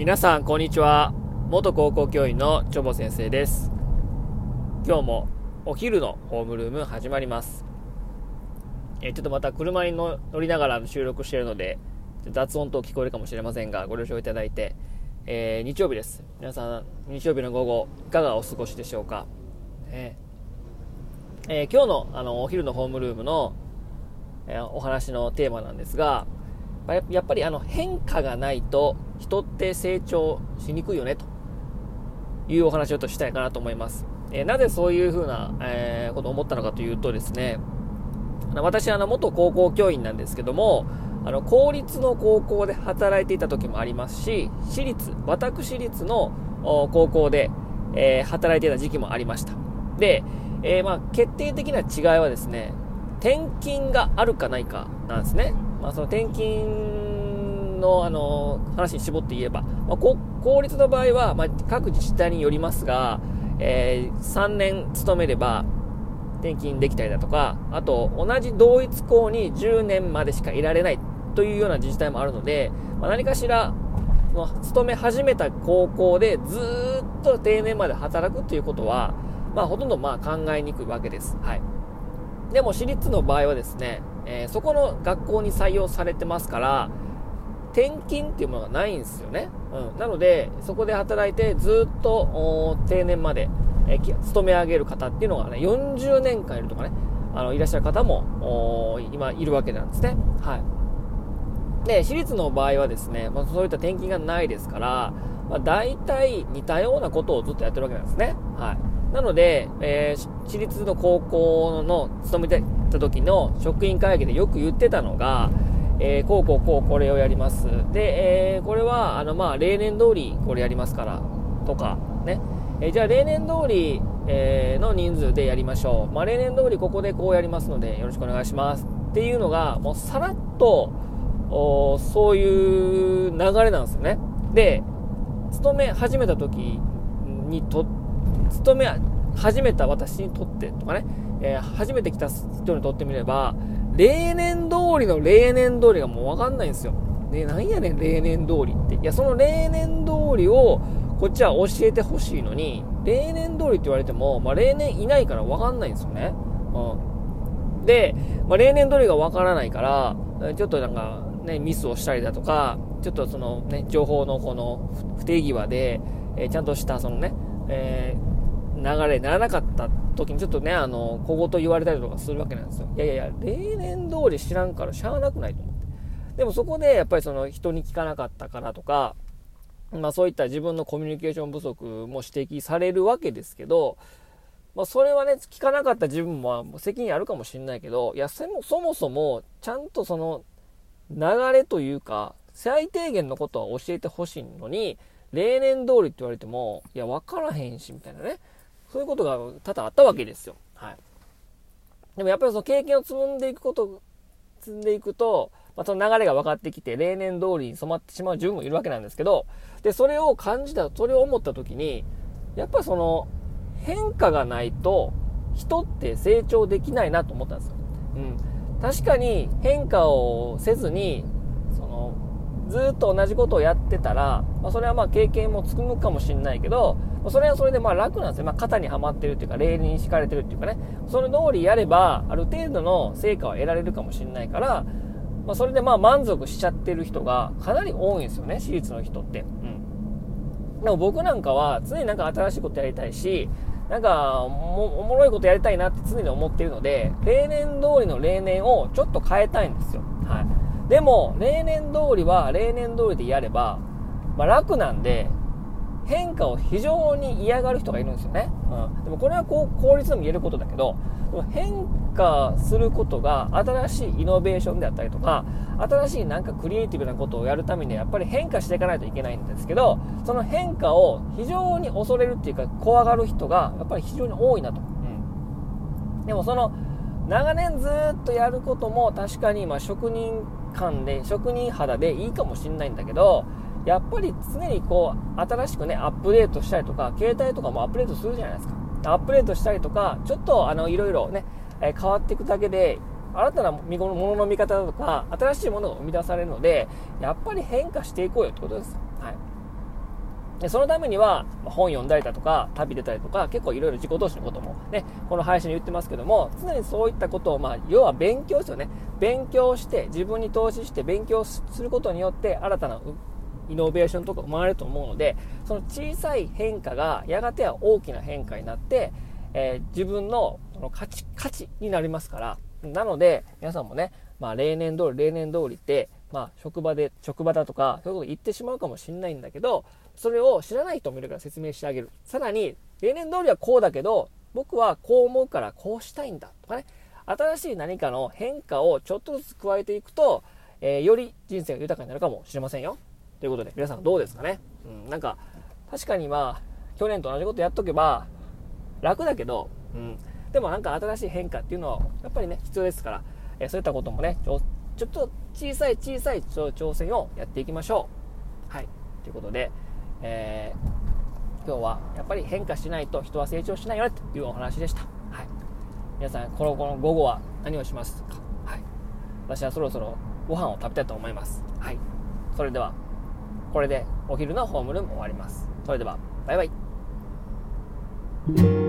皆さんこんにちは。元高校教員のチョボ先生です。今日もお昼のホームルーム始まります。ちょっとまた車に乗りながら収録しているので雑音等聞こえるかもしれませんがご了承いただいて、日曜日です。皆さん日曜日の午後いかがお過ごしでしょうか。今日のお昼のホームルームの、お話のテーマなんですが、やっぱり変化がないと人って成長しにくいよねというお話をちょっとしたいかなと思います。なぜそういうふうな、ことを思ったのかというとですね、私元高校教員なんですけども、公立の高校で働いていた時もありますし、私立の高校で、働いていた時期もありました。で、決定的な違いはですね、転勤があるかないかなんですね。その転勤の話に絞って言えば、公立の場合は、各自治体によりますが、3年勤めれば転勤できたりだとか、あと同じ同一校に10年までしかいられないというような自治体もあるので、何かしら勤め始めた高校でずっと定年まで働くということは、ほとんど考えにくいわけです。はい。でも私立の場合はですね、そこの学校に採用されてますから転勤っていうものがないんですよね。なのでそこで働いてずっと定年まで、勤め上げる方っていうのがね40年間いるとかねいらっしゃる方も今いるわけなんですね。はい。で私立の場合はですね、そういった転勤がないですから、大体似たようなことをずっとやってるわけなんですね。はい。なので、私立の高校の勤めてた時の職員会議でよく言ってたのが、これをやります。で、これは例年通りこれやりますからとかね。じゃあ例年通り、の人数でやりましょう。例年通りここでこうやりますのでよろしくお願いしますっていうのがもうさらっとそういう流れなんですよね。で、勤め始めた時に勤め始めた私にとってとかね、初めて来た人にとってみれば例年通りの例年通りがもう分かんないんですよ。なんやねん例年通りって。いや、その例年通りをこっちは教えてほしいのに、例年通りって言われても、例年いないから分かんないんですよね。で、例年通りが分からないからちょっとミスをしたりだとか、ちょっと情報のこの不手際で、ちゃんとした流れにならなかった時にちょっとね小言言われたりとかするわけなんですよ。いや例年通り知らんからしゃあなくないと思って。でもそこでやっぱり人に聞かなかったからとか、そういった自分のコミュニケーション不足も指摘されるわけですけど、それはね聞かなかった自分も責任あるかもしれないけど、いやそもそもちゃんと流れというか最低限のことは教えてほしいのに、例年通りって言われてもいや分からへんしみたいなね、そういうことが多々あったわけですよ。はい。でもやっぱり経験を積んでいくと、その流れが分かってきて例年通りに染まってしまう自分もいるわけなんですけど、でそれを思った時に、やっぱり変化がないと人って成長できないなと思ったんですよ。確かに変化をせずにずっと同じことをやってたら、それは経験もつくむかもしれないけど、それはそれで楽なんですよ。型にはまってるっていうか、例に敷かれてるっていうかね、それ通りやればある程度の成果は得られるかもしれないから、それで満足しちゃってる人がかなり多いんですよね、私立の人って。でも僕なんかは常に新しいことやりたいし、おもろいことやりたいなって常に思っているので、例年通りの例年をちょっと変えたいんですよ。はい。でも例年通りは例年通りでやれば、楽なんで変化を非常に嫌がる人がいるんですよね。でもこれは効率でも言えることだけど、変化することが新しいイノベーションであったりとか、新しいクリエイティブなことをやるためにはやっぱり変化していかないといけないんですけど、その変化を非常に恐れるっていうか怖がる人がやっぱり非常に多いなと。でも長年ずっとやることも確かに職人肌でいいかもしれないんだけど、やっぱり常に新しくねアップデートしたりとか、携帯とかもアップデートするじゃないですか。アップデートしたりとか、ちょっといろいろね、変わっていくだけで新たなものの見方だとか新しいものが生み出されるので、やっぱり変化していこうよってことです。はい。 でそのためには本読んだりだとか旅出たりとか結構いろいろ自己投資のこともねこの配信で言ってますけども、常にそういったことを要は勉強ですよね。勉強して自分に投資して勉強することによって新たなイノベーションとか生まれると思うので、その小さい変化がやがては大きな変化になって、自分の価値になりますから。なので皆さんもね、例年通りって、職場だとかそういうこと言ってしまうかもしれないんだけど、それを知らない人もいるから説明してあげる。さらに例年通りはこうだけど僕はこう思うからこうしたいんだとかね、新しい何かの変化をちょっとずつ加えていくと、より人生が豊かになるかもしれませんよということで、皆さんどうですかね。なんか確かに去年と同じことやっとけば楽だけど、でもなんか新しい変化っていうのはやっぱりね必要ですから、そういったこともねちょっと小さい挑戦をやっていきましょう。はい、ということで、今日はやっぱり変化しないと人は成長しないよねというお話でした。はい、皆さんこの午後は何をしますか。はい、私はそろそろご飯を食べたいと思います。はい、それではこれでお昼のホームルーム終わります。それではバイバイ。